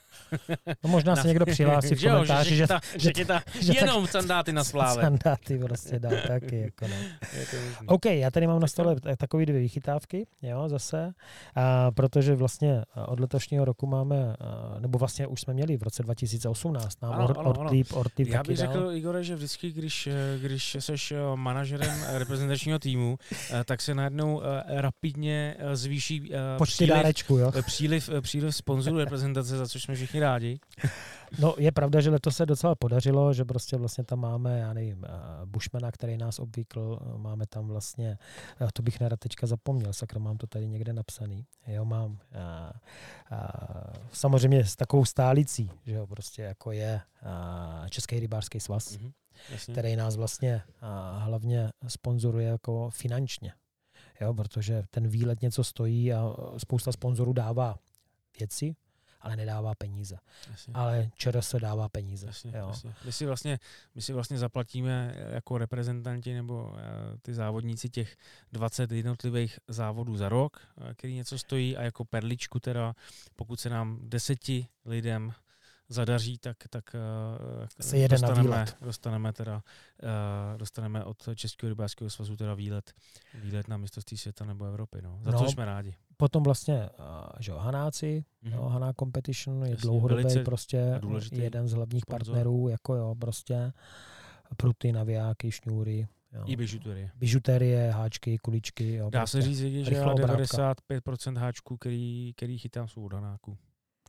No možná na... se někdo přihlásí v komentáři, že, že, že, že, ta, že jenom sandáty na splávek. Sandáty prostě dá taky. Jako no. OK, já tady mám na stole takové dvě vychytávky, jo, zase, a, protože vlastně od letošního roku máme, a, nebo vlastně už jsme měli v roce dva tisíce osmnáct, nám ano, ano, Ortýp, Ortýp já bych taky řekl, dal. Igore, že vždycky, když, když seš manažerem reprezentačního týmu, tak se najednou rapidně zvýší počty dárečků, jo. Příliv, příliv sponzorů reprezentace, za což jsme všichni rádi. No je pravda, že letos se docela podařilo, že prostě vlastně tam máme, já nevím, Bushmana, který nás obvykl, máme tam vlastně, to bych nerad teďka zapomněl, sakra, mám to tady někde napsaný, jo, mám a, a, samozřejmě s takovou stálicí, že jo, prostě jako je a, Český rybářský svaz, mm-hmm, který nás vlastně a, hlavně sponzoruje jako finančně, jo, protože ten výlet něco stojí a spousta sponzorů dává věci, ale nedává peníze. Jasně. Ale ČR se dává peníze. Jasně, jo. Jasně. My, si vlastně, my si vlastně zaplatíme jako reprezentanti nebo uh, ty závodníci těch dvacet jednotlivých závodů za rok, uh, který něco stojí a jako perličku teda, pokud se nám deseti lidem zadaří, tak, tak se jede dostaneme, na dostaneme, teda, uh, dostaneme od Českého rybářského svazu teda výlet, výlet na mistrovství světa nebo Evropy. No. Za no, to jsme rádi. Potom vlastně uh, že Hanáci, mm-hmm. no, Haná Competition je dlouhodobý prostě jeden z hlavních sponsor. partnerů, jako jo, prostě pruty, navijáky, šňůry. Jo. I bižuterie. Bižuterie, háčky, kuličky. Jo, dá prostě se říct, že já devadesát pět procent háčků, který, který chytám, jsou od Hanáků.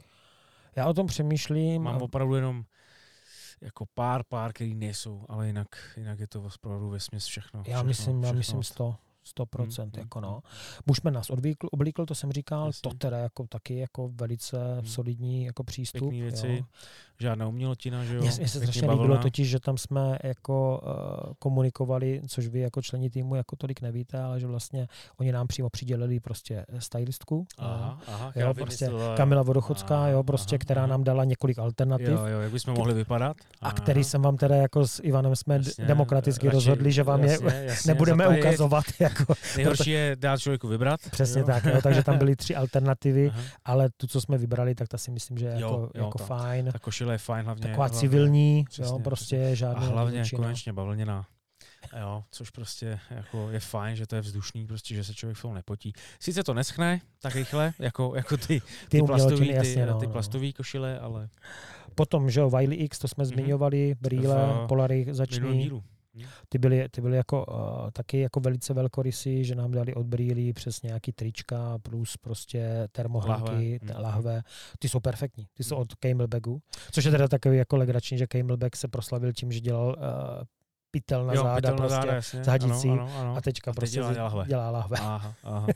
Já o tom přemýšlím. Mám opravdu jenom jako pár, pár, který nejsou, ale jinak, jinak je to opravdu vesměs všechno. Já všechno, myslím, všechno. já myslím sto. sto procent, hmm, jako no. Hmm. Bushman nás odvíkl, oblíkl, to jsem říkal, Jasně. to teda jako taky jako velice hmm. solidní jako přístup. Pěkný věci, jo. Žádná umělotina, že jo. Mně se strašně líbilo totiž, že tam jsme jako uh, komunikovali, což vy jako členi týmu jako tolik nevíte, ale že vlastně oni nám přímo přidělili prostě stylistku. Aha, aha, jo, prostě myslela, Kamila Vodochodská, aha, jo, prostě, aha, která aha. nám dala několik alternativ. Jo, jo, jak bychom mohli vypadat. A aha. který jsem vám teda jako s Ivanem jsme jasně, demokraticky radši, rozhodli, že vám jasně, je jasně, nebudeme ukazovat. Jako, nejhorší je dát člověku vybrat. Přesně jo. tak, jo, takže tam byly tři alternativy, aha. ale tu, co jsme vybrali, tak ta si myslím, že je jo, jako, jo, jako ta, fajn. Ta košile je fajn, hlavně. Taková hlavně, civilní, přesně, jo, prostě žádná. A hlavně konečně bavlněná. Jo, což prostě jako je fajn, že to je vzdušný, prostě, že se člověk v tom nepotí. Sice to neschne tak rychle, jako, jako ty, ty, plastový, ty, no, ty plastový košile, ale... Potom, že jo, Wiley X, to jsme mm-hmm. zmiňovali, brýle, polarizační. Ty byly, ty byly jako, uh, taky jako velice velkorysí, že nám dali od brýlí přes nějaký trička plus prostě termohranky, lahve. lahve. Ty jsou perfektní. Ty jsou od Camelbacku, což je teda takový jako legrační, že Camelback se proslavil tím, že dělal uh, pytel na jo, záda, pytel prostě záda, jasně. Zahadící ano, ano, ano. a teďka a teď prostě dělá lahve. Dělá lahve. Aha, aha.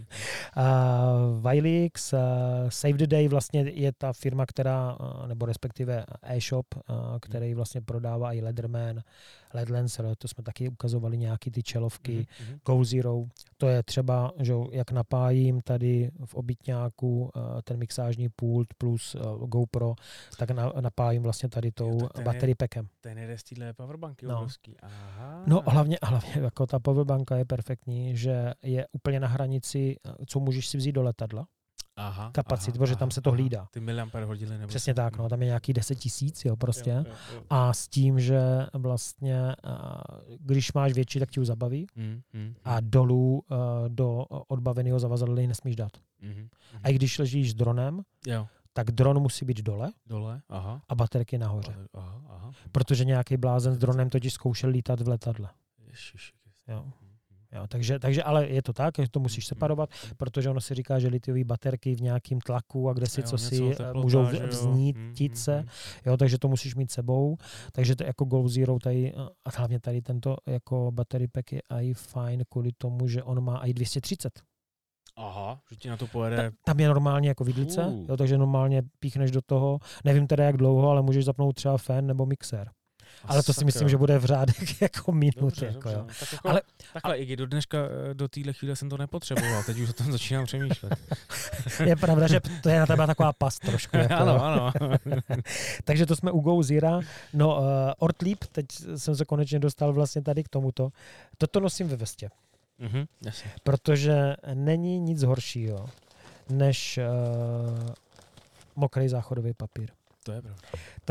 uh, Wileyx, uh, Save the Day vlastně je ta firma, která, uh, nebo respektive e-shop, uh, který vlastně prodává i Leatherman, Leadlancer, to jsme taky ukazovali nějaký ty čelovky, mm-hmm. Go Zero, to je třeba, že jak napájím tady v obytňáku ten mixážní pult plus GoPro, tak napájím vlastně tady tou jo, battery packem. Ten jede z téhle powerbanky no. obrovský. Aha. No hlavně, hlavně jako ta powerbanka je perfektní, že je úplně na hranici, co můžeš si vzít do letadla. Aha, kapacit, aha, protože aha, tam se to aha. hlídá. Ty miliampere hodiny. Nebo přesně tak, no, tam je nějaký deset tisíc, jo, prostě. Jo, jo, jo. A s tím, že vlastně, když máš větší, tak ti už zabaví. Mm, mm, a dolů do odbaveného zavazadla nesmíš dát. Mm, mm. A i když ležíš s dronem, jo. tak dron musí být dole, dole? Aha. a baterky nahoře. Aha, aha. Protože nějaký blázen s dronem totiž zkoušel lítat v letadle. Ježiši. Jo. Jo, takže, takže, ale je to tak, že to musíš separovat, protože ono se říká, že litiové baterky v nějakém tlaku a kde si, jo, co si teplota, můžou vznítit se, jo, takže to musíš mít sebou. Takže to jako Golf Zero tady, a hlavně tady tento jako battery pack je i fajn kvůli tomu, že on má i dvě stě třicet. Aha, že ti na to pojede. Ta, tam je normálně jako vidlice, uh. jo, takže normálně píchneš do toho, nevím teda jak dlouho, ale můžeš zapnout třeba fan nebo mixér. Ale to si myslím, že bude v řádech jako minut. Dobře, jako, dobře. jo. Tak jako, ale, takhle, ale, i do dneška, do téhle chvíle jsem to nepotřeboval, teď už o tom začínám přemýšlet. Je pravda, že to je na tebe taková past trošku. Jako, ano, ano. Takže to jsme u Go Zero. No, uh, Ortlieb, teď jsem se konečně dostal vlastně tady k tomuto. Toto nosím ve vestě. Mm-hmm, jasně. Protože není nic horšího, než uh, mokrý záchodový papír. To je pravda.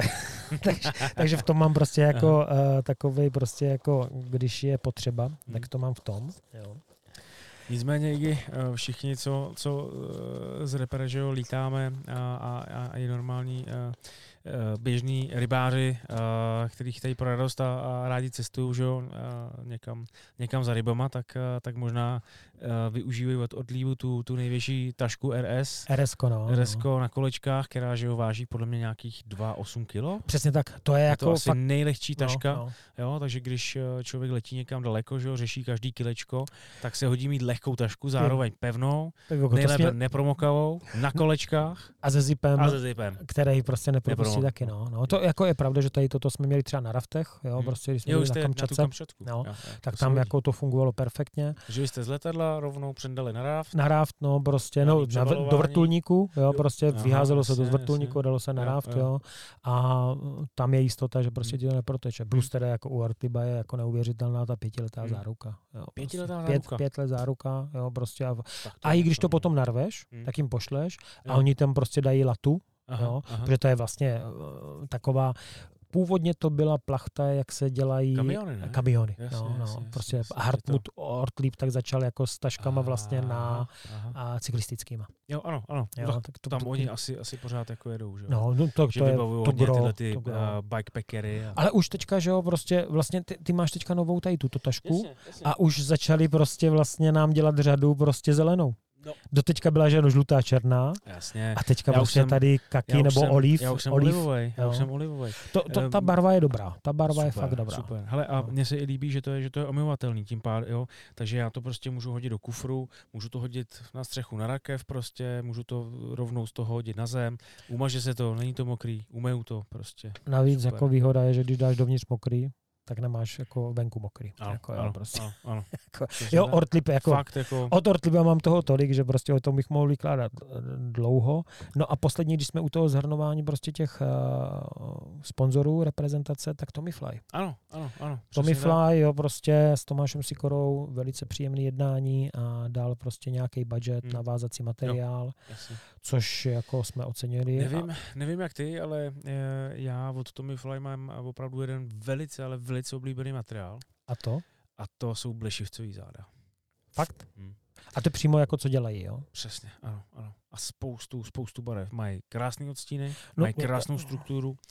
takže, takže v tom mám prostě jako uh, takovej prostě jako, když je potřeba, hmm. tak to mám v tom. Jo. Nicméně i všichni, co, co z repera, že jo, lítáme a, a, a je normální a, běžní rybáři, kteří chtějí pro radost a, a rádi cestují, že jo, někam, někam za rybama, tak, tak možná využívají od Ortlibu tu, tu největší tašku R S. R S ko, no. R S ko na kolečkách, která, že jo, váží podle mě nějakých dva celá osm kilo. Přesně tak. To je, je jako to asi fakt nejlehčí taška, no, no. Jo, takže když člověk letí někam daleko, že jo, řeší každý kilečko, tak se hodí mít lehkou tašku, zároveň pevnou, nejlépe směl... nepromokavou, na kolečkách a ze zipem, a ze zipem. který prostě nepropustí taky, no. no. To jako je pravda, že tady toto jsme měli třeba na raftech, jo, hmm. prostě když jsme jo, byli na Kamčatce, na no, jo, jo, tak tam jako to fungovalo perfektně. Že jste z letadla rovnou přendali na raft? Na raft, no, prostě, no, na, do vrtulníku, jo, prostě aha, vyházelo se to z vrtulníku, dalo se na jo, raft, jo. jo, a tam je jistota, že prostě ti to neproteče. Plus teda jako u Ortliba je jako neuvěřitelná ta pětiletá hmm. záruka. Jo, pětiletá prostě, záruka? Pět, pět let záruka, jo, prostě. A, a i když to potom narveš, hmm. tak jim pošleš jo. a oni tam prostě dají latu, aha, jo, aha. protože to je vlastně uh, taková. Původně to byla plachta, jak se dělají kamiony, ne? kamiony. Jasně, no, no, jasně, prostě jasně, Hartmut to... Ortlieb tak začal jako s taškama vlastně na a cyklistickýma. Jo, ano, ano. Jo, tak tak to, tam to, oni asi, asi pořád jako jedou, že jo? No, no to, že to je to gro, tyhle ty to uh, bikepackery. A... Ale už teďka, že jo, prostě vlastně ty, ty máš teďka novou tady tuto tašku jasně, jasně. a už začali prostě vlastně nám dělat řadu prostě zelenou. No. Doteďka byla že žlutá, černá. Jasně. A teďka já prostě jsem, tady kaki nebo jsem, oliv. Já už jsem oliv, olivovej. Já už jsem olivovej. To, to, ta barva je dobrá. Ta barva super, je fakt dobrá. Super. Hele, a mně se i líbí, že to je, že to je omyvatelný tím pár, jo. Takže já to prostě můžu hodit do kufru, můžu to hodit na střechu na rakev prostě, můžu to rovnou z toho hodit na zem. Umaže se to, není to mokrý, umeju to prostě. Navíc super. jako výhoda je, že když dáš dovnitř mokrý, tak nemáš jako venku mokrý. Ano, jako, ano, jo, prostě. ano, ano. jako, jo, Ortlieb jako, fakt, jako... od Ortlieba mám toho tolik, že prostě o tom bych mohl vykládat dlouho. No a poslední, když jsme u toho zhrnování prostě těch uh, sponzorů reprezentace, tak Tommy Fly. Ano, ano, ano. Tommy Fly, jo, prostě s Tomášem Sikorou velice příjemný jednání a dal prostě nějaký budget, hmm. navázací materiál, jo, což jako jsme ocenili. Nevím, a... nevím jak ty, ale e, já od Tommy Fly mám opravdu jeden velice, ale velice oblíbený materiál. A to? A to jsou blešivcový záda. Fakt? Hmm. A to přímo jako co dělají, jo? Přesně, ano, ano. A spoustu, spoustu barev. Mají krásný odstíny, no, mají krásnou strukturu. Uh,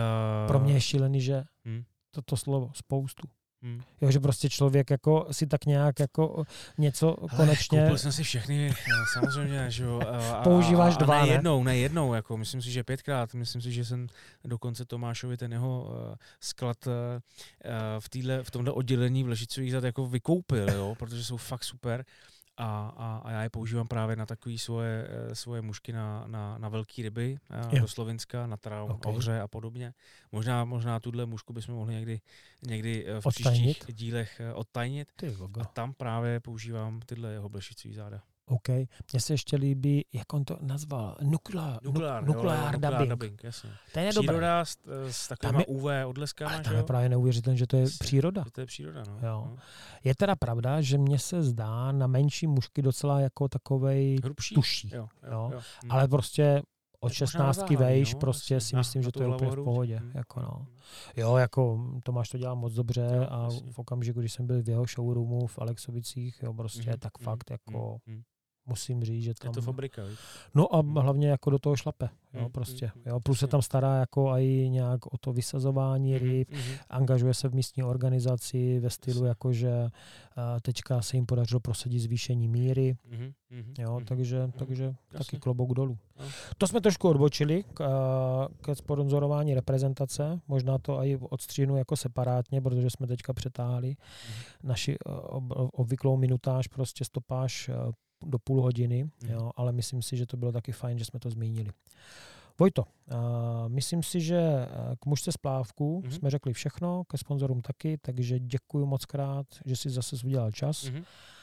pro mě je šílený, že hmm. toto slovo, spoustu. Hmm. Jo, že prostě člověk jako si tak nějak jako něco hele, konečně... Koupil jsem si všechny, samozřejmě, že jo. A, používáš a, a dva, ne? ne? jednou, ne jednou, jako myslím si, že pětkrát. Myslím si, že jsem dokonce Tomášovi ten jeho uh, sklad uh, v, týhle, v tomhle oddělení v Ležicových zad jako vykoupil, jo, protože jsou fakt super. A, a, a já je používám právě na takové svoje, svoje mušky na, na, na velké ryby, jo. Do Slovinska, na traum, okay. ohře a podobně. Možná, možná tuhle mušku bychom mohli někdy, někdy v odtajnit. příštích dílech odtajnit. A tam právě používám tyhle jeho blešicový záda. OK. Mně se ještě líbí, jak on to nazval, nukleár, nukleár, nukleár jo, dubbing. dubbing jasně. To je příroda s, s takovýma U V odleskama, ale tam je právě neuvěřitelné, že to je jasně, příroda. Že to je příroda, no. Jo. no. Je teda pravda, že mně se zdá na menší mušky docela jako takovej hrubší. tuší. Jo, jo, jo. jo. Hm. Ale prostě od šestnáctky vejš, no, prostě jasně. si myslím, na, že to je úplně v pohodě. Hmm. Jako no. Jo, jako Tomáš to dělá moc dobře jo, a jasně. v okamžiku, když jsem byl v jeho showroomu v Alexovicích, jo, prostě, hmm. tak fakt jako hmm. musím říct, že tam... Je to fabrika, víš? No a hlavně jako do toho šlape, jo, mm, prostě. Mm, jo, plus se tam stará jako i nějak o to vysazování mm, ryb, mm. angažuje se v místní organizaci ve stylu, jakože uh, teďka se jim podařilo prosadit zvýšení míry, mm, mm, jo, mm, takže, mm, takže jasně. taky klobouk dolů. No. To jsme trošku odbočili k, uh, ke sponzorování reprezentace, možná to i odstříhnu jako separátně, protože jsme teďka přetáhli mm. naši uh, ob, obvyklou minutáž, prostě stopáž uh, do půl hodiny, mm. jo, ale myslím si, že to bylo taky fajn, že jsme to zmínili. Vojto, uh, myslím si, že k mužce splávku mm. jsme řekli všechno, ke sponzorům taky, takže děkuji moc krát, že jsi zase udělal čas mm.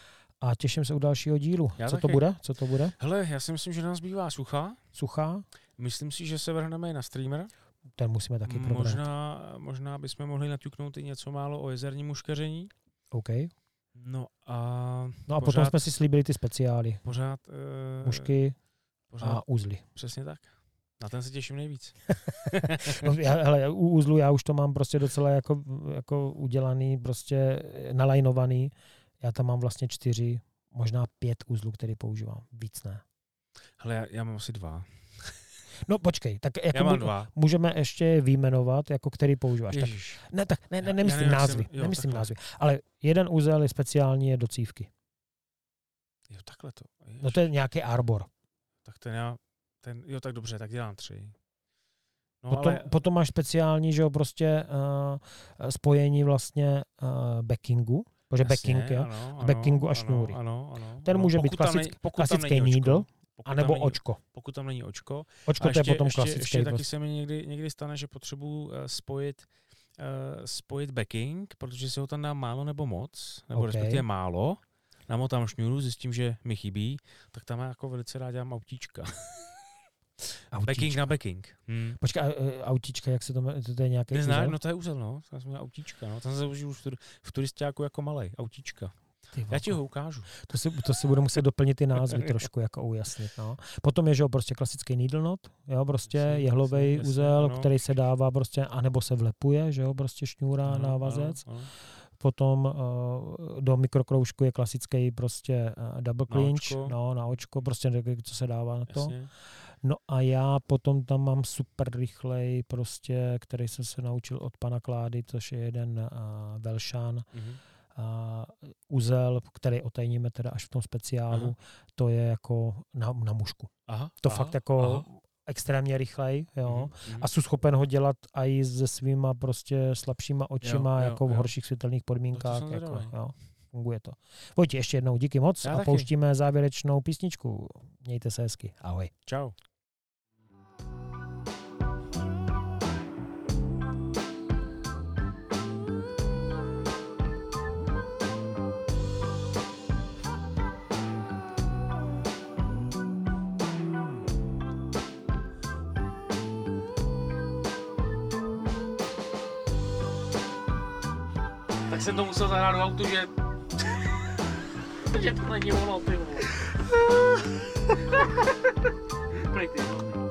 a těším se u dalšího dílu. Já Co taky. to bude? Co to bude? Hele, já si myslím, že nás bývá suchá. Suchá? Myslím si, že se vrhneme i na streamer. Ten musíme taky probrat. Možná, možná bychom mohli naťuknout i něco málo o jezerním muškaření. OK. No a, no a pořád, potom jsme si slíbili ty speciály. Pořád. Uh, mušky pořád, a uzly. Přesně tak. Na ten se těším nejvíc. no, já, hele, u uzlu já už to mám prostě docela jako, jako udělaný, prostě nalajnovaný. Já tam mám vlastně čtyři, možná pět uzlů, který používám. Víc ne. Hele, já, já mám asi dva. No počkej, tak jako já mám dva. Můžeme ještě vyjmenovat, jako který používáš. Tak, ne, tak ne, ne, nemyslím nevím, názvy, jsem, jo, nemyslím názvy, ale jeden uzel je speciální je do cívky. Jo, takhle to. Jež. No to je nějaký arbor. Tak ten já, ten, jo, tak dobře, tak dělám tři. No, potom, ale... potom máš speciální, že jo, prostě uh, spojení vlastně uh, backingu, protože Jasně, backing je, ano, ano, backingu a šňůry. Ano, ano, ten ano. může pokud být klasick, ne, klasický needle, Pokud anebo není, očko. Pokud tam není očko. Očko to je potom klasický. Ještě, ještě taky se mi někdy, někdy stane, že potřebuji uh, spojit, uh, spojit backing, protože se ho tam dá málo nebo moc, nebo okay. respektive málo. Namotám šňůru, zjistím, že mi chybí, tak tam jako velice rád dělám autíčka. Autíčka. Backing na backing. Hmm. Počkej, autíčka, jak se to jmenuje? To je nějaký Neznáš, uzel? No to je uzel, no. Tam jsem měl autíčka, no. Tam jsem se užil v turistáku jako malej, autíčka. Já ti ho ukážu. To si, to si budu muset doplnit ty názvy trošku, jako ujasnit. No. Potom je, že jo, prostě klasický needle knot, jo, prostě jehlovej uzel, ano. který se dává prostě, anebo se vlepuje, že jo, prostě šňůra, ano, návazec. Ano, ano. Potom uh, do mikrokroužku je klasický prostě uh, double clinch, na očko. no, na očko, prostě co se dává na to. Jasně. No a já potom tam mám super rychlej prostě, který jsem se naučil od pana Klády, což je jeden uh, Velšan, mm-hmm. uh, uzel, který otajníme teda až v tom speciálu, aha. to je jako na, na mušku. Aha, to aha, fakt jako aha. extrémně rychlej, jo. Mm-hmm. A jsou schopen ho dělat i se svýma prostě slabšíma očima, jo, jo, jako v jo. horších světelných podmínkách. To jako, jo. Funguje to. Vojti, ještě jednou díky moc Já a taky. pouštíme závěrečnou písničku. Mějte se hezky. Ahoj. Čau. Tak jsem to musel zahrát do autu, že... že to není ono, ty vole. Pryk, ty.